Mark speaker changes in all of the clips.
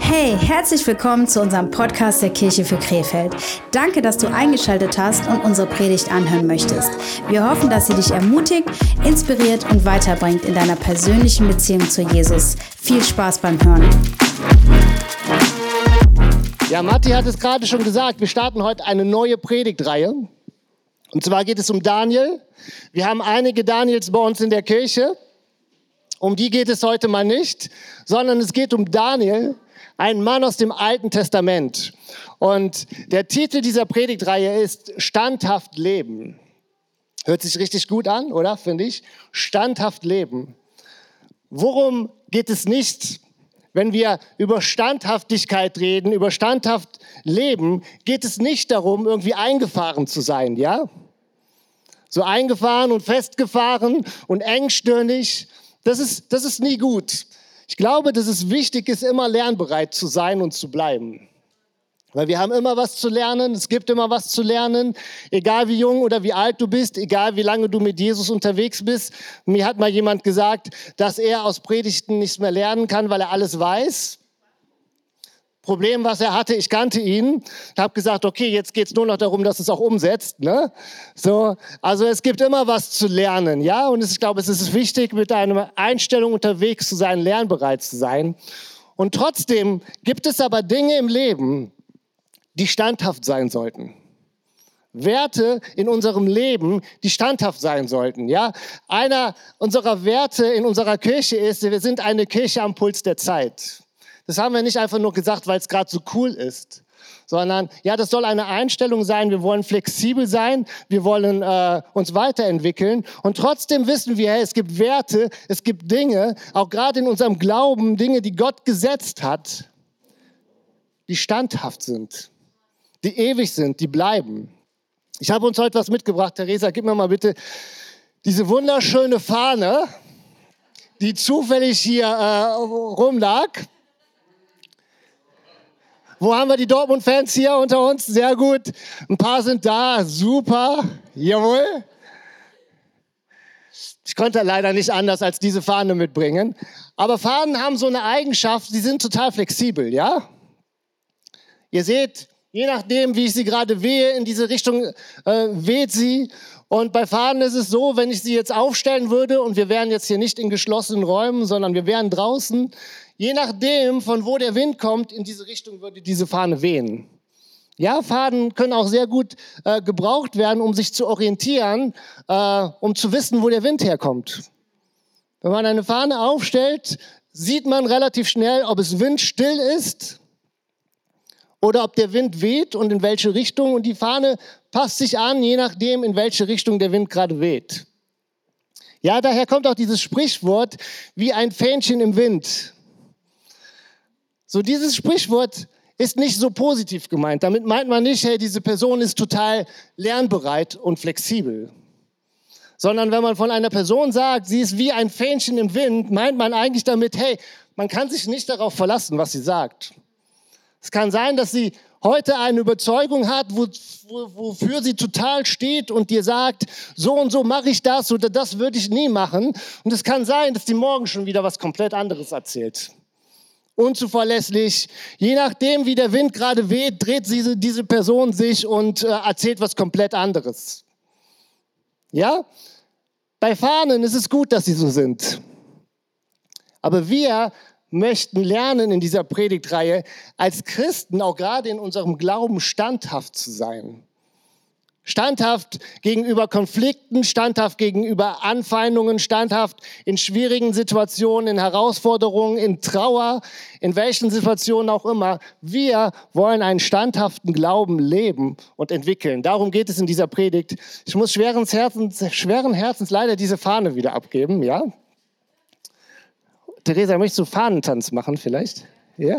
Speaker 1: Hey, herzlich willkommen zu unserem Podcast der Kirche für Krefeld. Danke, dass du eingeschaltet hast und unsere Predigt anhören möchtest. Wir hoffen, dass sie dich ermutigt, inspiriert und weiterbringt in deiner persönlichen Beziehung zu Jesus. Viel Spaß beim Hören.
Speaker 2: Ja, Matti hat es gerade schon gesagt, wir starten heute eine neue Predigtreihe. Und zwar geht es um Daniel. Wir haben einige Daniels bei uns in der Kirche. Um die geht es heute mal nicht, sondern es geht um Daniel, ein Mann aus dem Alten Testament. Und der Titel dieser Predigtreihe ist Standhaft leben. Hört sich richtig gut an, oder? Finde ich. Standhaft leben. Worum geht es nicht, wenn wir über Standhaftigkeit reden, über standhaft leben? Geht es nicht darum, irgendwie eingefahren zu sein, ja? So eingefahren und festgefahren und engstirnig. Das ist nie gut. Ich glaube, dass es wichtig ist, immer lernbereit zu sein und zu bleiben. Weil wir haben immer was zu lernen, es gibt immer was zu lernen, egal wie jung oder wie alt du bist, egal wie lange du mit Jesus unterwegs bist. Mir hat mal jemand gesagt, dass er aus Predigten nichts mehr lernen kann, weil er alles weiß. Problem, was er hatte, ich kannte ihn, habe gesagt, okay, jetzt geht es nur noch darum, dass es auch umsetzt. Ne? So, also es gibt immer was zu lernen, ja. Und ich glaube, es ist wichtig, mit einer Einstellung unterwegs zu sein, lernbereit zu sein. Und trotzdem gibt es aber Dinge im Leben, die standhaft sein sollten. Werte in unserem Leben, die standhaft sein sollten. Ja? Einer unserer Werte in unserer Kirche ist, wir sind eine Kirche am Puls der Zeit. Das haben wir nicht einfach nur gesagt, weil es gerade so cool ist, sondern ja, das soll eine Einstellung sein. Wir wollen flexibel sein, wir wollen uns weiterentwickeln und trotzdem wissen wir, hey, es gibt Werte, es gibt Dinge, auch gerade in unserem Glauben, Dinge, die Gott gesetzt hat, die standhaft sind, die ewig sind, die bleiben. Ich habe uns heute was mitgebracht. Theresa, gib mir mal bitte diese wunderschöne Fahne, die zufällig hier rumlag. Wo haben wir die Dortmund-Fans hier unter uns? Sehr gut. Ein paar sind da. Super. Jawohl. Ich konnte leider nicht anders als diese Fahne mitbringen. Aber Fahnen haben so eine Eigenschaft, sie sind total flexibel, ja? Ihr seht, je nachdem, wie ich sie gerade wehe, in diese Richtung weht sie. Und bei Fahnen ist es so, wenn ich sie jetzt aufstellen würde und wir wären jetzt hier nicht in geschlossenen Räumen, sondern wir wären draußen, je nachdem, von wo der Wind kommt, in diese Richtung würde diese Fahne wehen. Ja, Fahnen können auch sehr gut gebraucht werden, um sich zu orientieren, um zu wissen, wo der Wind herkommt. Wenn man eine Fahne aufstellt, sieht man relativ schnell, ob es windstill ist oder ob der Wind weht und in welche Richtung. Und die Fahne passt sich an, je nachdem, in welche Richtung der Wind gerade weht. Ja, daher kommt auch dieses Sprichwort, wie ein Fähnchen im Wind. So, dieses Sprichwort ist nicht so positiv gemeint. Damit meint man nicht, hey, diese Person ist total lernbereit und flexibel. Sondern wenn man von einer Person sagt, sie ist wie ein Fähnchen im Wind, meint man eigentlich damit, hey, man kann sich nicht darauf verlassen, was sie sagt. Es kann sein, dass sie heute eine Überzeugung hat, wofür sie total steht und dir sagt, so und so mache ich das oder das würde ich nie machen. Und es kann sein, dass die morgen schon wieder was komplett anderes erzählt. Unzuverlässig. Je nachdem, wie der Wind gerade weht, dreht diese Person sich und erzählt was komplett anderes. Ja? Bei Fahnen ist es gut, dass sie so sind. Aber wir möchten lernen in dieser Predigtreihe, als Christen auch gerade in unserem Glauben standhaft zu sein. Standhaft gegenüber Konflikten, standhaft gegenüber Anfeindungen, standhaft in schwierigen Situationen, in Herausforderungen, in Trauer, in welchen Situationen auch immer. Wir wollen einen standhaften Glauben leben und entwickeln. Darum geht es in dieser Predigt. Ich muss schweren Herzens leider diese Fahne wieder abgeben, ja? Theresa, möchtest du Fahnentanz machen vielleicht? Ja?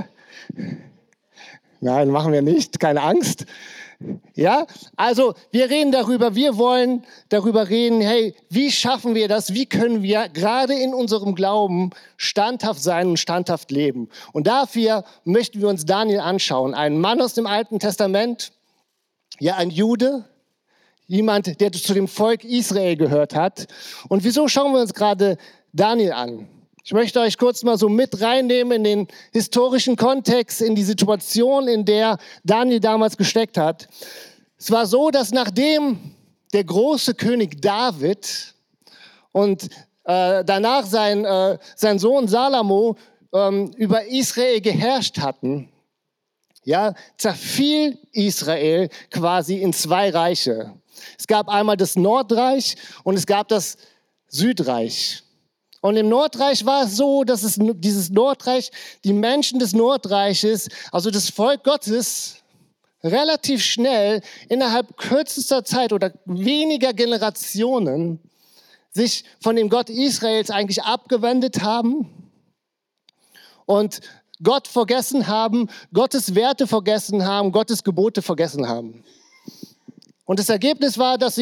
Speaker 2: Nein, machen wir nicht, keine Angst. Ja, also wir reden darüber, wir wollen darüber reden, hey, wie schaffen wir das, wie können wir gerade in unserem Glauben standhaft sein und standhaft leben. Und dafür möchten wir uns Daniel anschauen, einen Mann aus dem Alten Testament, ja ein Jude, jemand, der zu dem Volk Israel gehört hat. Und wieso schauen wir uns gerade Daniel an? Ich möchte euch kurz mal so mit reinnehmen in den historischen Kontext, in die Situation, in der Daniel damals gesteckt hat. Es war so, dass nachdem der große König David und danach sein Sohn Salomo über Israel geherrscht hatten, ja, zerfiel Israel quasi in zwei Reiche. Es gab einmal das Nordreich und es gab das Südreich. Und im Nordreich war es so, dass dieses Nordreich, die Menschen des Nordreiches, also das Volk Gottes, relativ schnell innerhalb kürzester Zeit oder weniger Generationen sich von dem Gott Israels eigentlich abgewendet haben und Gott vergessen haben, Gottes Werte vergessen haben, Gottes Gebote vergessen haben. Und das Ergebnis war, dass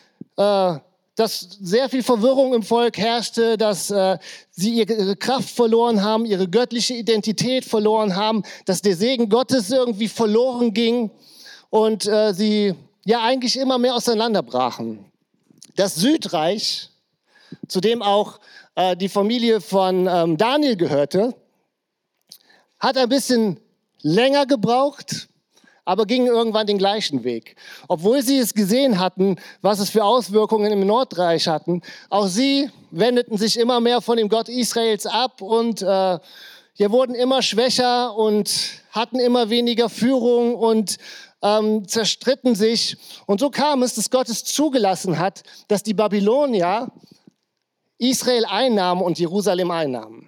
Speaker 2: sehr viel Verwirrung im Volk herrschte, dass sie ihre Kraft verloren haben, ihre göttliche Identität verloren haben, dass der Segen Gottes irgendwie verloren ging und sie ja eigentlich immer mehr auseinanderbrachen. Das Südreich, zu dem auch die Familie von Daniel gehörte, hat ein bisschen länger gebraucht, aber gingen irgendwann den gleichen Weg. Obwohl sie es gesehen hatten, was es für Auswirkungen im Nordreich hatten, auch sie wendeten sich immer mehr von dem Gott Israels ab und wurden immer schwächer und hatten immer weniger Führung und zerstritten sich. Und so kam es, dass Gott es zugelassen hat, dass die Babylonier Israel einnahmen und Jerusalem einnahmen.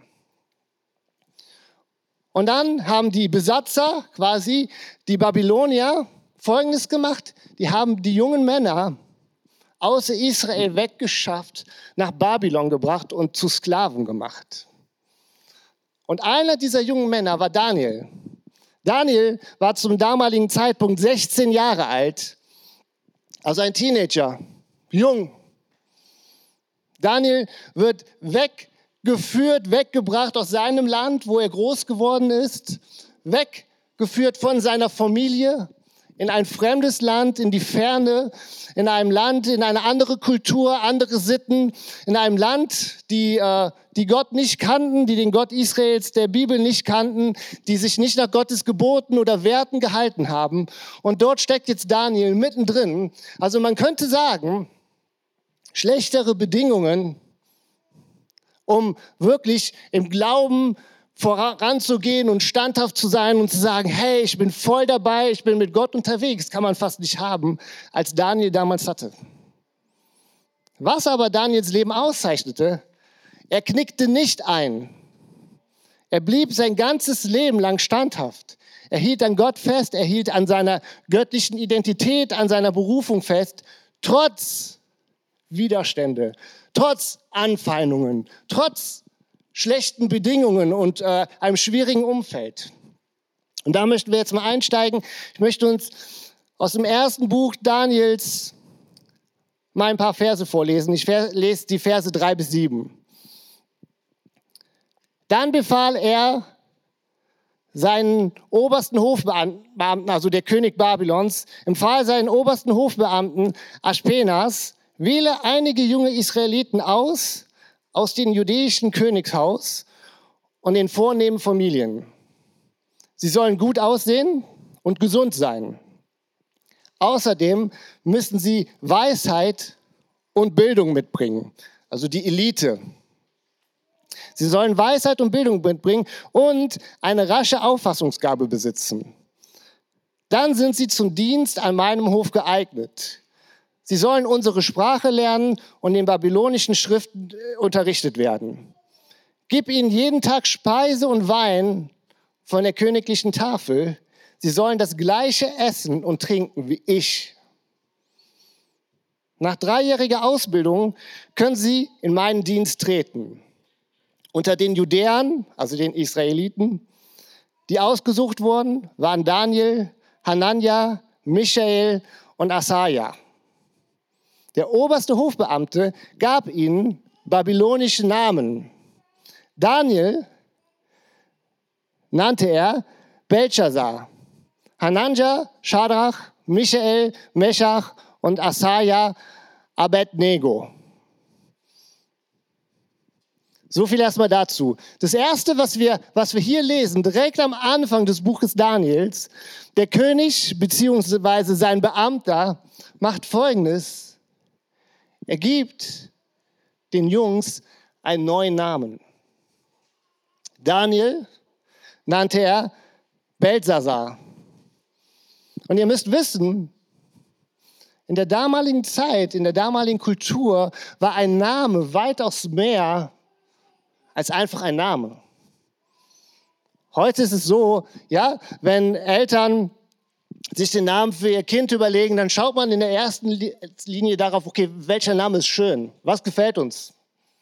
Speaker 2: Und dann haben die Besatzer, quasi die Babylonier, Folgendes gemacht. Die haben die jungen Männer aus Israel weggeschafft, nach Babylon gebracht und zu Sklaven gemacht. Und einer dieser jungen Männer war Daniel. Daniel war zum damaligen Zeitpunkt 16 Jahre alt, also ein Teenager, jung. Daniel wird weggebracht aus seinem Land, wo er groß geworden ist, weggeführt von seiner Familie in ein fremdes Land, in die Ferne, in einem Land, in eine andere Kultur, andere Sitten, in einem Land, die Gott nicht kannten, die den Gott Israels, der Bibel nicht kannten, die sich nicht nach Gottes Geboten oder Werten gehalten haben. Und dort steckt jetzt Daniel mittendrin. Also man könnte sagen, schlechtere Bedingungen, um wirklich im Glauben voranzugehen und standhaft zu sein und zu sagen, hey, ich bin voll dabei, ich bin mit Gott unterwegs, kann man fast nicht haben, als Daniel damals hatte. Was aber Daniels Leben auszeichnete, er knickte nicht ein. Er blieb sein ganzes Leben lang standhaft. Er hielt an Gott fest, er hielt an seiner göttlichen Identität, an seiner Berufung fest, trotz Widerstände, trotz Anfeindungen, trotz schlechten Bedingungen und einem schwierigen Umfeld. Und da möchten wir jetzt mal einsteigen. Ich möchte uns aus dem ersten Buch Daniels mal ein paar Verse vorlesen. Ich lese die Verse 3-7. Dann befahl er seinen obersten Hofbeamten, also der König Babylons, empfahl seinen obersten Hofbeamten Aschpenas, wähle einige junge Israeliten aus dem jüdischen Königshaus und den vornehmen Familien. Sie sollen gut aussehen und gesund sein. Außerdem müssen sie Weisheit und Bildung mitbringen, also die Elite. Sie sollen Weisheit und Bildung mitbringen und eine rasche Auffassungsgabe besitzen. Dann sind sie zum Dienst an meinem Hof geeignet. Sie sollen unsere Sprache lernen und in babylonischen Schriften unterrichtet werden. Gib ihnen jeden Tag Speise und Wein von der königlichen Tafel. Sie sollen das gleiche essen und trinken wie ich. Nach 3-jähriger Ausbildung können sie in meinen Dienst treten. Unter den Judäern, also den Israeliten, die ausgesucht wurden, waren Daniel, Hanania, Michael und Asaja. Der oberste Hofbeamte gab ihnen babylonische Namen. Daniel nannte er Belshazzar, Hananja, Schadrach, Michael, Meshach und Asaja, Abednego. So viel erstmal dazu. Das Erste, was wir hier lesen, direkt am Anfang des Buches Daniels, der König bzw. sein Beamter macht Folgendes. Er gibt den Jungs einen neuen Namen. Daniel nannte er Belteshazzar. Und ihr müsst wissen, in der damaligen Zeit, in der damaligen Kultur war ein Name weitaus mehr als einfach ein Name. Heute ist es so, ja, wenn Eltern sich den Namen für ihr Kind überlegen, dann schaut man in der ersten Linie darauf, okay, welcher Name ist schön, was gefällt uns?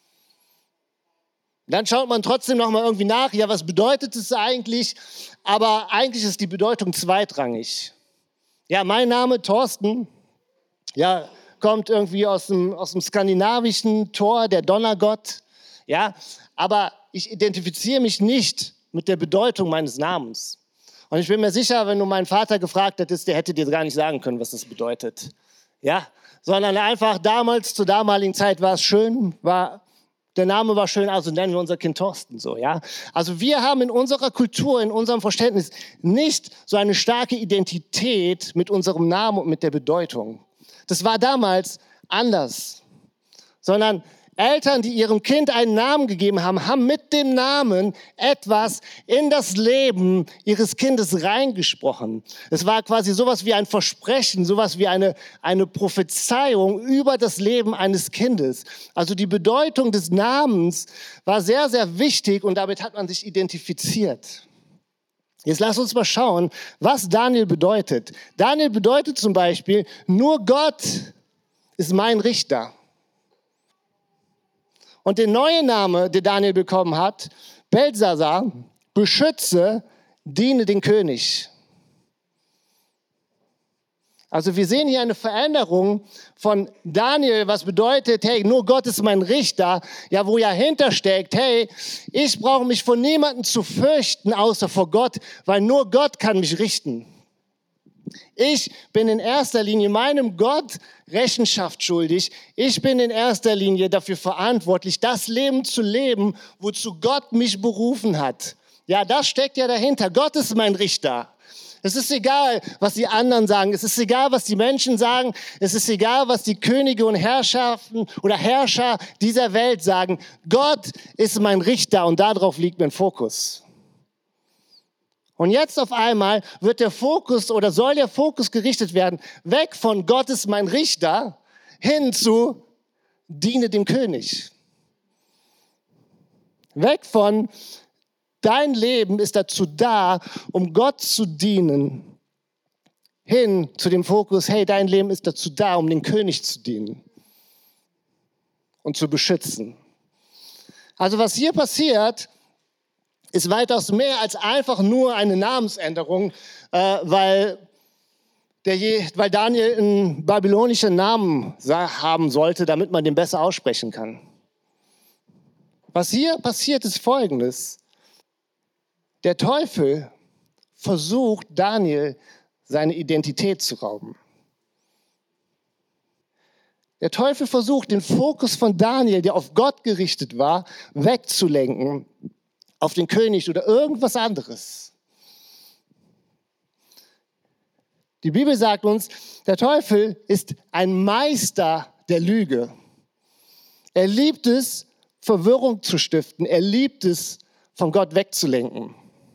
Speaker 2: Dann schaut man trotzdem noch mal irgendwie nach, ja, was bedeutet es eigentlich? Aber eigentlich ist die Bedeutung zweitrangig. Ja, mein Name Thorsten, ja, kommt irgendwie aus dem skandinavischen Thor, der Donnergott, ja, aber ich identifiziere mich nicht mit der Bedeutung meines Namens. Und ich bin mir sicher, wenn du meinen Vater gefragt hättest, der hätte dir gar nicht sagen können, was das bedeutet. Ja, sondern einfach damals, zur damaligen Zeit war es schön, der Name war schön, also nennen wir unser Kind Thorsten so, ja. Also wir haben in unserer Kultur, in unserem Verständnis nicht so eine starke Identität mit unserem Namen und mit der Bedeutung. Das war damals anders, sondern Eltern, die ihrem Kind einen Namen gegeben haben, haben mit dem Namen etwas in das Leben ihres Kindes reingesprochen. Es war quasi sowas wie ein Versprechen, sowas wie eine Prophezeiung über das Leben eines Kindes. Also die Bedeutung des Namens war sehr, sehr wichtig und damit hat man sich identifiziert. Jetzt lass uns mal schauen, was Daniel bedeutet. Daniel bedeutet zum Beispiel, nur Gott ist mein Richter. Und der neue Name, den Daniel bekommen hat, Belteshazzar, beschütze, diene den König. Also wir sehen hier eine Veränderung von Daniel, was bedeutet, hey, nur Gott ist mein Richter, ja, wo ja hintersteckt, hey, ich brauche mich vor niemandem zu fürchten, außer vor Gott, weil nur Gott kann mich richten. Ich bin in erster Linie meinem Gott Rechenschaft schuldig. Ich bin in erster Linie dafür verantwortlich, das Leben zu leben, wozu Gott mich berufen hat. Ja, das steckt ja dahinter. Gott ist mein Richter. Es ist egal, was die anderen sagen. Es ist egal, was die Menschen sagen. Es ist egal, was die Könige und Herrschaften oder Herrscher dieser Welt sagen. Gott ist mein Richter und darauf liegt mein Fokus. Und jetzt auf einmal wird der Fokus oder soll der Fokus gerichtet werden, weg von Gott ist mein Richter, hin zu diene dem König. Weg von dein Leben ist dazu da, um Gott zu dienen, hin zu dem Fokus, hey, dein Leben ist dazu da, um den König zu dienen und zu beschützen. Also was hier passiert, ist weitaus mehr als einfach nur eine Namensänderung, weil Daniel einen babylonischen Namen haben sollte, damit man den besser aussprechen kann. Was hier passiert, ist Folgendes. Der Teufel versucht, Daniel seine Identität zu rauben. Der Teufel versucht, den Fokus von Daniel, der auf Gott gerichtet war, wegzulenken auf den König oder irgendwas anderes. Die Bibel sagt uns, der Teufel ist ein Meister der Lüge. Er liebt es, Verwirrung zu stiften. Er liebt es, von Gott wegzulenken.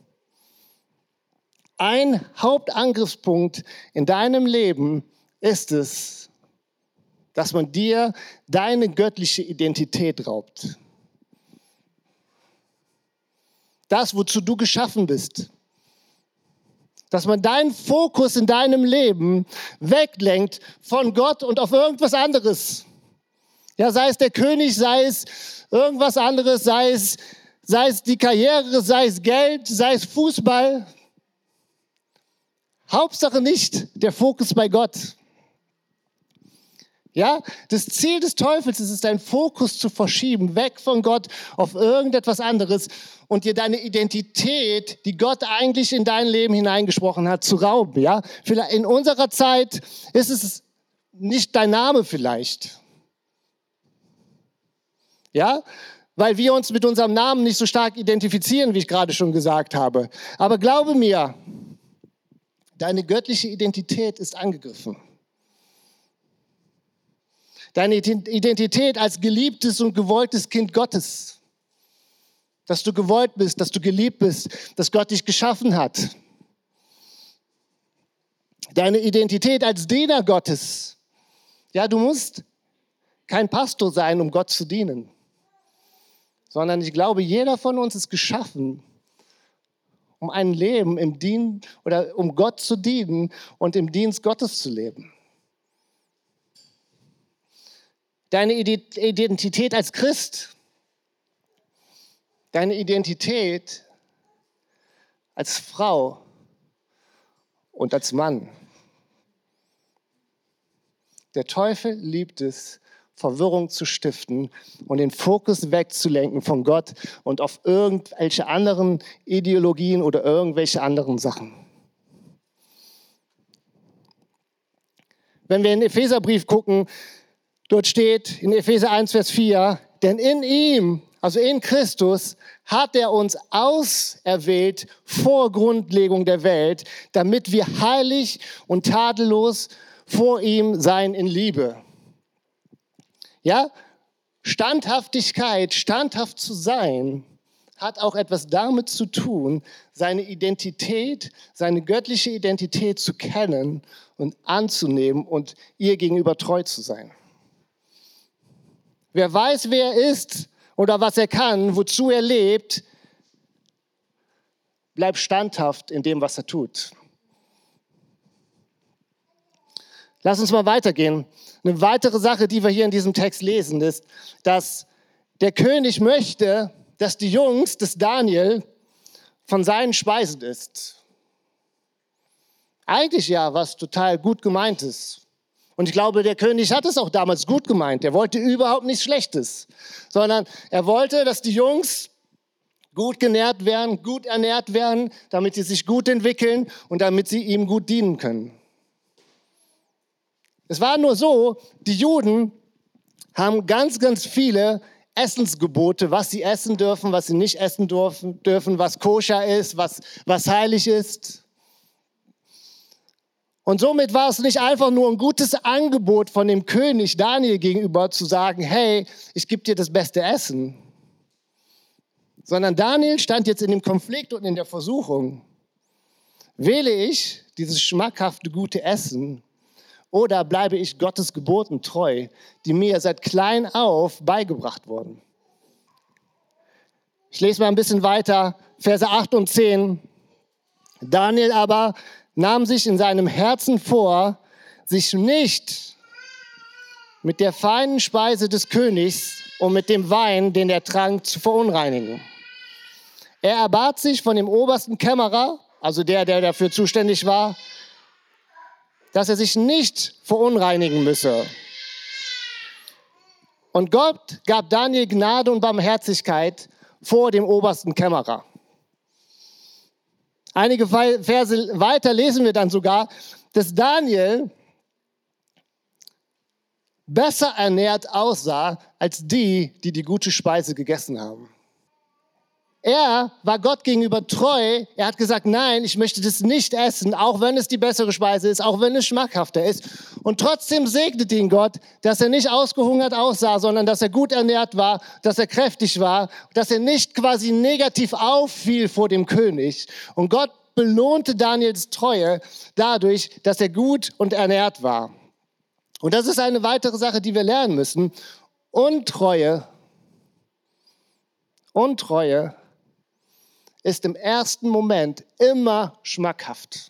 Speaker 2: Ein Hauptangriffspunkt in deinem Leben ist es, dass man dir deine göttliche Identität raubt. Das, wozu du geschaffen bist. Dass man deinen Fokus in deinem Leben weglenkt von Gott und auf irgendwas anderes. Ja, sei es der König, sei es irgendwas anderes, sei es die Karriere, sei es Geld, sei es Fußball. Hauptsache nicht der Fokus bei Gott. Ja, das Ziel des Teufels ist es, deinen Fokus zu verschieben, weg von Gott auf irgendetwas anderes und dir deine Identität, die Gott eigentlich in dein Leben hineingesprochen hat, zu rauben. Ja, vielleicht in unserer Zeit ist es nicht dein Name vielleicht. Ja, weil wir uns mit unserem Namen nicht so stark identifizieren, wie ich gerade schon gesagt habe. Aber glaube mir, deine göttliche Identität ist angegriffen. Deine Identität als geliebtes und gewolltes Kind Gottes. Dass du gewollt bist, dass du geliebt bist, dass Gott dich geschaffen hat. Deine Identität als Diener Gottes. Ja, du musst kein Pastor sein, um Gott zu dienen. Sondern ich glaube, jeder von uns ist geschaffen, um ein Leben im Dienst oder um Gott zu dienen und im Dienst Gottes zu leben. Deine Identität als Christ, deine Identität als Frau und als Mann. Der Teufel liebt es, Verwirrung zu stiften und den Fokus wegzulenken von Gott und auf irgendwelche anderen Ideologien oder irgendwelche anderen Sachen. Wenn wir in den Epheserbrief gucken, dort steht in Epheser 1, Vers 4, denn in ihm, also in Christus, hat er uns auserwählt vor Grundlegung der Welt, damit wir heilig und tadellos vor ihm sein in Liebe. Ja, Standhaftigkeit, standhaft zu sein, hat auch etwas damit zu tun, seine Identität, seine göttliche Identität zu kennen und anzunehmen und ihr gegenüber treu zu sein. Wer weiß, wer er ist oder was er kann, wozu er lebt, bleibt standhaft in dem, was er tut. Lass uns mal weitergehen. Eine weitere Sache, die wir hier in diesem Text lesen, ist, dass der König möchte, dass die Jungs des Daniel von seinen Speisen isst. Eigentlich ja was total gut gemeint ist. Und ich glaube, der König hat es auch damals gut gemeint. Er wollte überhaupt nichts Schlechtes, sondern er wollte, dass die Jungs gut genährt werden, gut ernährt werden, damit sie sich gut entwickeln und damit sie ihm gut dienen können. Es war nur so, die Juden haben ganz, ganz viele Essensgebote, was sie essen dürfen, was sie nicht essen dürfen, was koscher ist, was heilig ist. Und somit war es nicht einfach nur ein gutes Angebot von dem König Daniel gegenüber zu sagen, hey, ich gebe dir das beste Essen. Sondern Daniel stand jetzt in dem Konflikt und in der Versuchung. Wähle ich dieses schmackhafte, gute Essen oder bleibe ich Gottes Geboten treu, die mir seit klein auf beigebracht wurden? Ich lese mal ein bisschen weiter, Verse 8 und 10. Daniel aber nahm sich in seinem Herzen vor, sich nicht mit der feinen Speise des Königs und mit dem Wein, den er trank, zu verunreinigen. Er erbat sich von dem obersten Kämmerer, also der dafür zuständig war, dass er sich nicht verunreinigen müsse. Und Gott gab Daniel Gnade und Barmherzigkeit vor dem obersten Kämmerer. Einige Verse weiter lesen wir dann sogar, dass Daniel besser ernährt aussah als die gute Speise gegessen haben. Er war Gott gegenüber treu. Er hat gesagt, nein, ich möchte das nicht essen, auch wenn es die bessere Speise ist, auch wenn es schmackhafter ist. Und trotzdem segnet ihn Gott, dass er nicht ausgehungert aussah, sondern dass er gut ernährt war, dass er kräftig war, dass er nicht quasi negativ auffiel vor dem König. Und Gott belohnte Daniels Treue dadurch, dass er gut und ernährt war. Und das ist eine weitere Sache, die wir lernen müssen. Untreue ist im ersten Moment immer schmackhaft.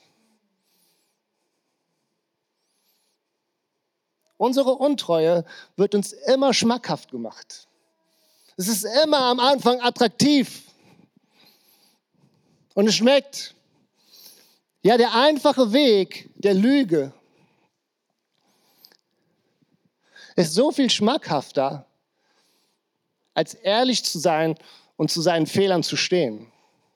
Speaker 2: Unsere Untreue wird uns immer schmackhaft gemacht. Es ist immer am Anfang attraktiv. Und es schmeckt. Ja, der einfache Weg der Lüge ist so viel schmackhafter, als ehrlich zu sein und zu seinen Fehlern zu stehen.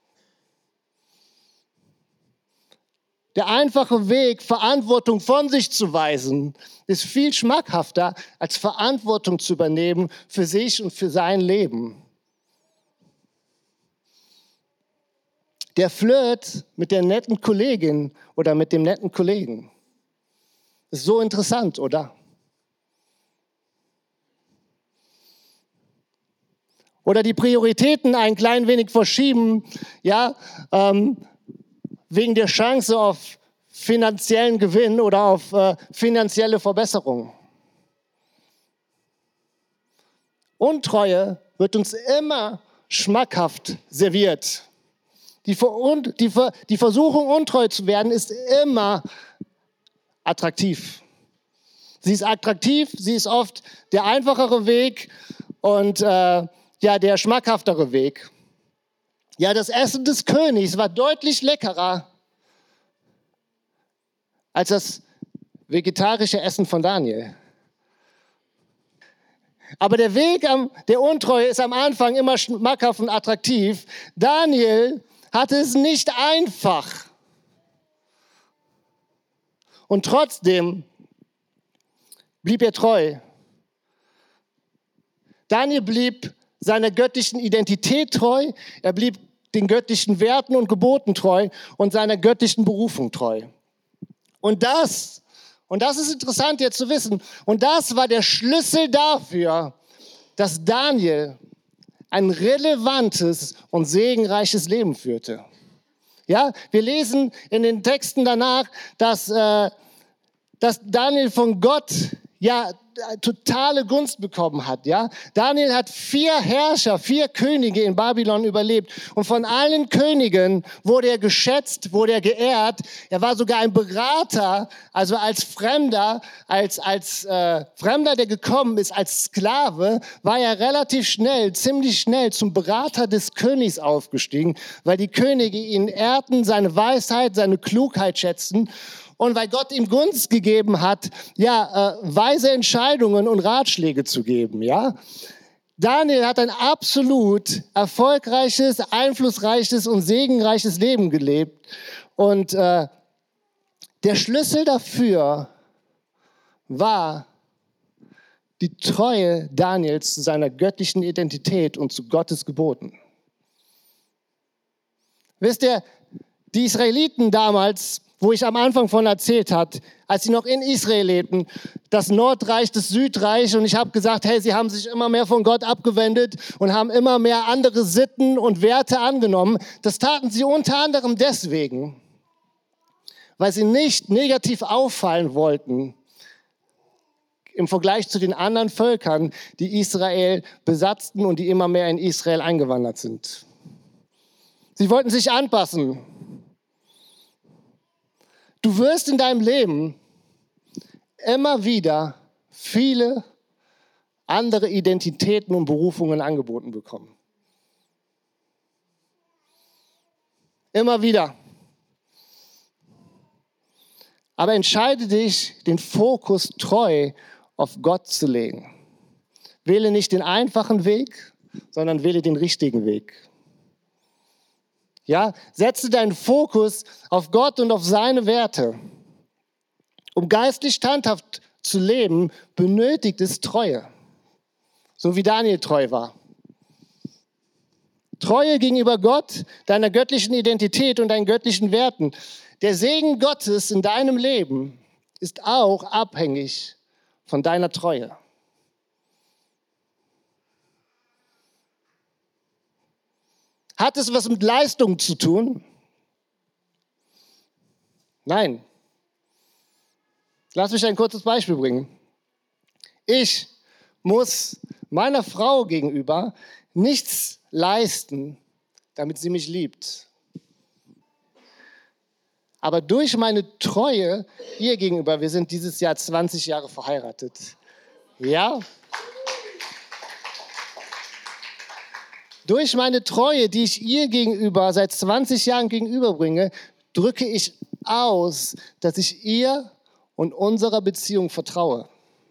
Speaker 2: Der einfache Weg, Verantwortung von sich zu weisen, ist viel schmackhafter, als Verantwortung zu übernehmen für sich und für sein Leben. der flirt mit der netten Kollegin oder mit dem netten Kollegen. Das ist so interessant, oder? Oder die Prioritäten ein klein wenig verschieben, ja, wegen der Chance auf finanziellen Gewinn oder auf finanzielle Verbesserung. Untreue wird uns immer schmackhaft serviert. Die Versuchung, untreu zu werden, ist immer attraktiv. Sie ist attraktiv, sie ist oft der einfachere Weg und der schmackhaftere Weg. Ja, das Essen des Königs war deutlich leckerer als das vegetarische Essen von Daniel. Aber der Weg der Untreue ist am Anfang immer schmackhaft und attraktiv. Daniel hatte es nicht einfach. Und trotzdem blieb er treu. Daniel blieb seiner göttlichen Identität treu, er blieb den göttlichen Werten und Geboten treu und seiner göttlichen Berufung treu. Und das ist interessant jetzt zu wissen, und das war der Schlüssel dafür, dass Daniel ein relevantes und segenreiches Leben führte. Ja, wir lesen in den Texten danach, dass Daniel von Gott totale Gunst bekommen hat. Ja? Daniel hat 4 Herrscher, 4 Könige in Babylon überlebt. Und von allen Königen wurde er geschätzt, wurde er geehrt. Er war sogar ein Berater, also als Fremder, Fremder, der gekommen ist, als Sklave, war er ziemlich schnell zum Berater des Königs aufgestiegen, weil die Könige ihn ehrten, seine Weisheit, seine Klugheit schätzten. Und weil Gott ihm Gunst gegeben hat, weise Entscheidungen und Ratschläge zu geben, ja. Daniel hat ein absolut erfolgreiches, einflussreiches und segenreiches Leben gelebt. Und der Schlüssel dafür war die Treue Daniels zu seiner göttlichen Identität und zu Gottes Geboten. Wisst ihr, die Israeliten damals, wo ich am Anfang von erzählt habe, als sie noch in Israel lebten, das Nordreich, das Südreich, und ich habe gesagt, hey, sie haben sich immer mehr von Gott abgewendet und haben immer mehr andere Sitten und Werte angenommen. Das taten sie unter anderem deswegen, weil sie nicht negativ auffallen wollten im Vergleich zu den anderen Völkern, die Israel besatzten und die immer mehr in Israel eingewandert sind. Sie wollten sich anpassen. Du wirst in deinem Leben immer wieder viele andere Identitäten und Berufungen angeboten bekommen. Immer wieder. Aber entscheide dich, den Fokus treu auf Gott zu legen. Wähle nicht den einfachen Weg, sondern wähle den richtigen Weg. Ja, setze deinen Fokus auf Gott und auf seine Werte. Um geistlich standhaft zu leben, benötigt es Treue. So wie Daniel treu war. Treue gegenüber Gott, deiner göttlichen Identität und deinen göttlichen Werten. Der Segen Gottes in deinem Leben ist auch abhängig von deiner Treue. Hat es was mit Leistung zu tun? Nein. Lass mich ein kurzes Beispiel bringen. Ich muss meiner Frau gegenüber nichts leisten, damit sie mich liebt. Aber durch meine Treue ihr gegenüber, wir sind dieses Jahr 20 Jahre verheiratet. Ja? Durch meine Treue, die ich ihr gegenüber seit 20 Jahren gegenüberbringe, drücke ich aus, dass ich ihr und unserer Beziehung vertraue.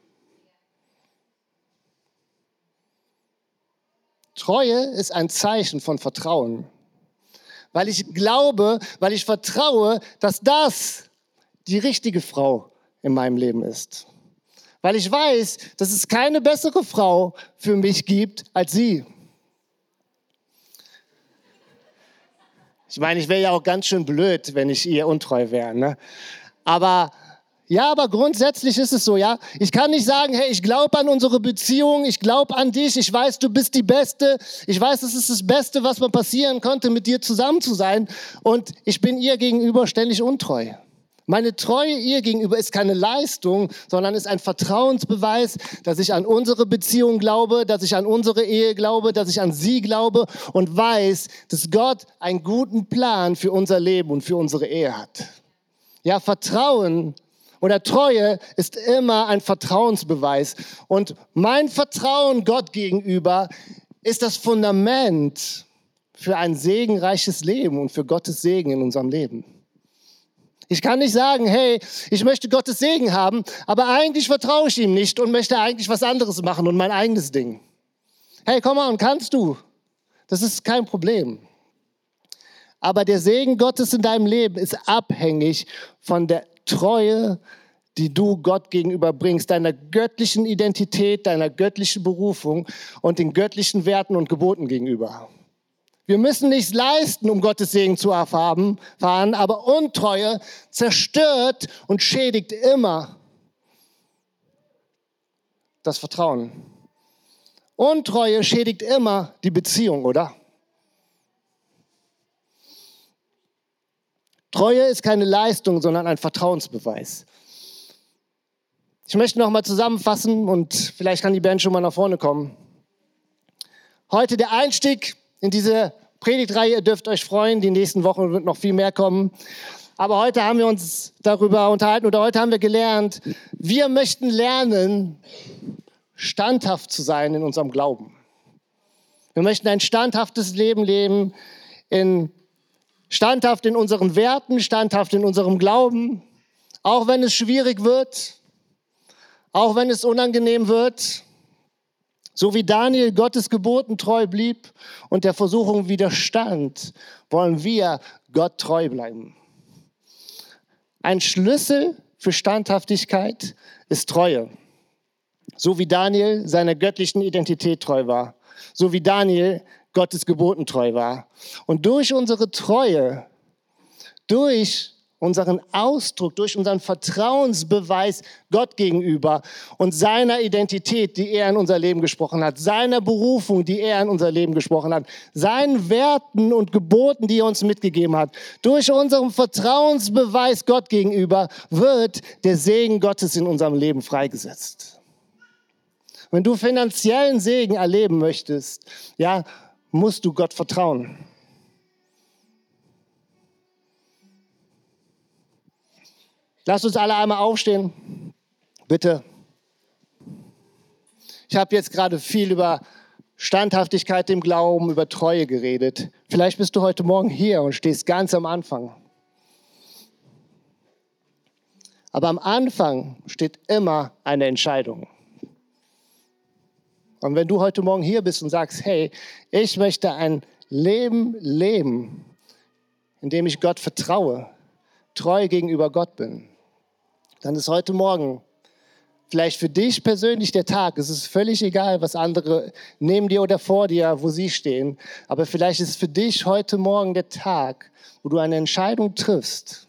Speaker 2: Treue ist ein Zeichen von Vertrauen. Weil ich glaube, weil ich vertraue, dass das die richtige Frau in meinem Leben ist. Weil ich weiß, dass es keine bessere Frau für mich gibt als sie. Ich meine, ich wäre ja auch ganz schön blöd, wenn ich ihr untreu wäre. Ne? Aber grundsätzlich ist es so, ja. Ich kann nicht sagen, hey, ich glaube an unsere Beziehung, ich glaube an dich, ich weiß, du bist die Beste, ich weiß, es ist das Beste, was mir passieren konnte, mit dir zusammen zu sein und ich bin ihr gegenüber ständig untreu. Meine Treue ihr gegenüber ist keine Leistung, sondern ist ein Vertrauensbeweis, dass ich an unsere Beziehung glaube, dass ich an unsere Ehe glaube, dass ich an sie glaube und weiß, dass Gott einen guten Plan für unser Leben und für unsere Ehe hat. Ja, Vertrauen oder Treue ist immer ein Vertrauensbeweis. Und mein Vertrauen Gott gegenüber ist das Fundament für ein segenreiches Leben und für Gottes Segen in unserem Leben. Ich kann nicht sagen, hey, ich möchte Gottes Segen haben, aber eigentlich vertraue ich ihm nicht und möchte eigentlich was anderes machen und mein eigenes Ding. Hey, komm mal, kannst du. Das ist kein Problem. Aber der Segen Gottes in deinem Leben ist abhängig von der Treue, die du Gott gegenüber bringst, deiner göttlichen Identität, deiner göttlichen Berufung und den göttlichen Werten und Geboten gegenüber. Wir müssen nichts leisten, um Gottes Segen zu erfahren, aber Untreue zerstört und schädigt immer das Vertrauen. Untreue schädigt immer die Beziehung, oder? Treue ist keine Leistung, sondern ein Vertrauensbeweis. Ich möchte noch mal zusammenfassen und vielleicht kann die Band schon mal nach vorne kommen. Heute der Einstieg in diese Predigtreihe, ihr dürft euch freuen, die nächsten Wochen wird noch viel mehr kommen. Aber heute haben wir uns darüber unterhalten oder heute haben wir gelernt, wir möchten lernen, standhaft zu sein in unserem Glauben. Wir möchten ein standhaftes Leben leben, standhaft in unseren Werten, standhaft in unserem Glauben, auch wenn es schwierig wird, auch wenn es unangenehm wird. So wie Daniel Gottes Geboten treu blieb und der Versuchung widerstand, wollen wir Gott treu bleiben. Ein Schlüssel für Standhaftigkeit ist Treue. So wie Daniel seiner göttlichen Identität treu war. So wie Daniel Gottes Geboten treu war. Und durch unsere Treue, durch unseren Ausdruck, durch unseren Vertrauensbeweis Gott gegenüber und seiner Identität, die er in unser Leben gesprochen hat, seiner Berufung, die er in unser Leben gesprochen hat, seinen Werten und Geboten, die er uns mitgegeben hat, durch unseren Vertrauensbeweis Gott gegenüber wird der Segen Gottes in unserem Leben freigesetzt. Wenn du finanziellen Segen erleben möchtest, ja, musst du Gott vertrauen. Lasst uns alle einmal aufstehen, bitte. Ich habe jetzt gerade viel über Standhaftigkeit im Glauben, über Treue geredet. Vielleicht bist du heute Morgen hier und stehst ganz am Anfang. Aber am Anfang steht immer eine Entscheidung. Und wenn du heute Morgen hier bist und sagst, hey, ich möchte ein Leben leben, in dem ich Gott vertraue, treu gegenüber Gott bin, dann ist heute Morgen vielleicht für dich persönlich der Tag. Es ist völlig egal, was andere neben dir oder vor dir, wo sie stehen. Aber vielleicht ist es für dich heute Morgen der Tag, wo du eine Entscheidung triffst,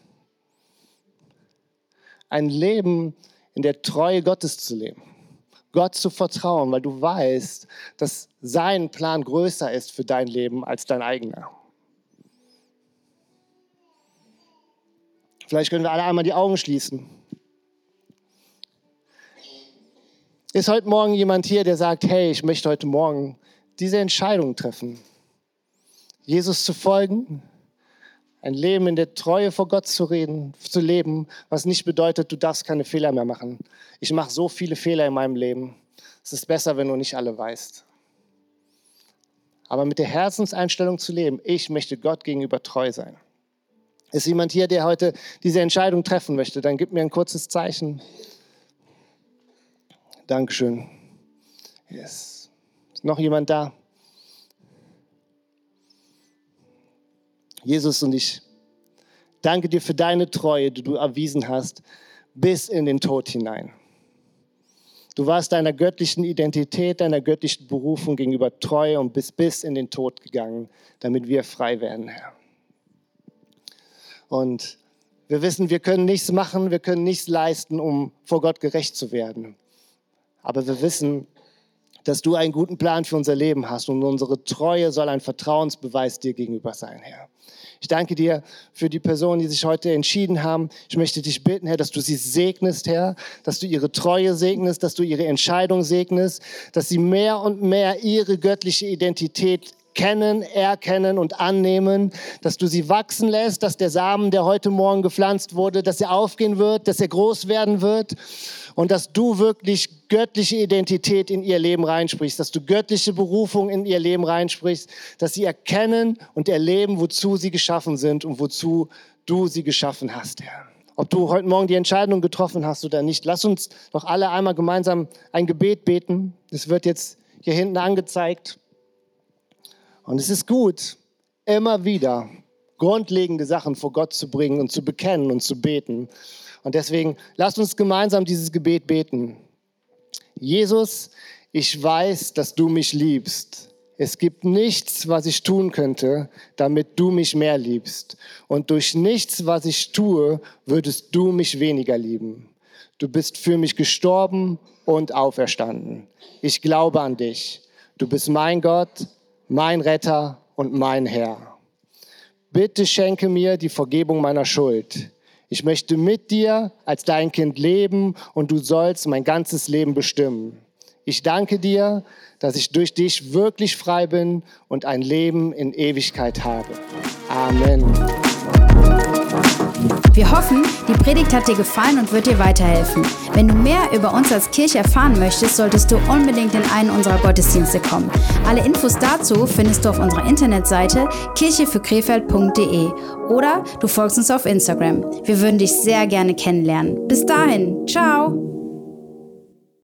Speaker 2: ein Leben in der Treue Gottes zu leben. Gott zu vertrauen, weil du weißt, dass sein Plan größer ist für dein Leben als dein eigener. Vielleicht können wir alle einmal die Augen schließen. Ist heute Morgen jemand hier, der sagt, hey, ich möchte heute Morgen diese Entscheidung treffen, Jesus zu folgen, ein Leben in der Treue vor Gott zu leben, was nicht bedeutet, du darfst keine Fehler mehr machen. Ich mache so viele Fehler in meinem Leben. Es ist besser, wenn du nicht alle weißt. Aber mit der Herzenseinstellung zu leben, ich möchte Gott gegenüber treu sein. Ist jemand hier, der heute diese Entscheidung treffen möchte? Dann gib mir ein kurzes Zeichen. Dankeschön. Yes. Ist noch jemand da? Jesus, und ich danke dir für deine Treue, die du erwiesen hast, bis in den Tod hinein. Du warst deiner göttlichen Identität, deiner göttlichen Berufung gegenüber treu und bist bis in den Tod gegangen, damit wir frei werden, Herr. Und wir wissen, wir können nichts machen, wir können nichts leisten, um vor Gott gerecht zu werden. Aber wir wissen, dass du einen guten Plan für unser Leben hast und unsere Treue soll ein Vertrauensbeweis dir gegenüber sein, Herr. Ich danke dir für die Personen, die sich heute entschieden haben. Ich möchte dich bitten, Herr, dass du sie segnest, Herr, dass du ihre Treue segnest, dass du ihre Entscheidung segnest, dass sie mehr und mehr ihre göttliche Identität kennen, erkennen und annehmen, dass du sie wachsen lässt, dass der Samen, der heute Morgen gepflanzt wurde, dass er aufgehen wird, dass er groß werden wird und dass du wirklich göttliche Identität in ihr Leben reinsprichst, dass du göttliche Berufung in ihr Leben reinsprichst, dass sie erkennen und erleben, wozu sie geschaffen sind und wozu du sie geschaffen hast, Herr. Ob du heute Morgen die Entscheidung getroffen hast oder nicht, lass uns doch alle einmal gemeinsam ein Gebet beten. Das wird jetzt hier hinten angezeigt. Und es ist gut, immer wieder grundlegende Sachen vor Gott zu bringen und zu bekennen und zu beten. Und deswegen lasst uns gemeinsam dieses Gebet beten. Jesus, ich weiß, dass du mich liebst. Es gibt nichts, was ich tun könnte, damit du mich mehr liebst. Und durch nichts, was ich tue, würdest du mich weniger lieben. Du bist für mich gestorben und auferstanden. Ich glaube an dich. Du bist mein Gott, mein Retter und mein Herr. Bitte schenke mir die Vergebung meiner Schuld. Ich möchte mit dir als dein Kind leben und du sollst mein ganzes Leben bestimmen. Ich danke dir, dass ich durch dich wirklich frei bin und ein Leben in Ewigkeit habe. Amen.
Speaker 1: Wir hoffen, die Predigt hat dir gefallen und wird dir weiterhelfen. Wenn du mehr über uns als Kirche erfahren möchtest, solltest du unbedingt in einen unserer Gottesdienste kommen. Alle Infos dazu findest du auf unserer Internetseite kirchefükrefeld.de oder du folgst uns auf Instagram. Wir würden dich sehr gerne kennenlernen. Bis dahin, ciao!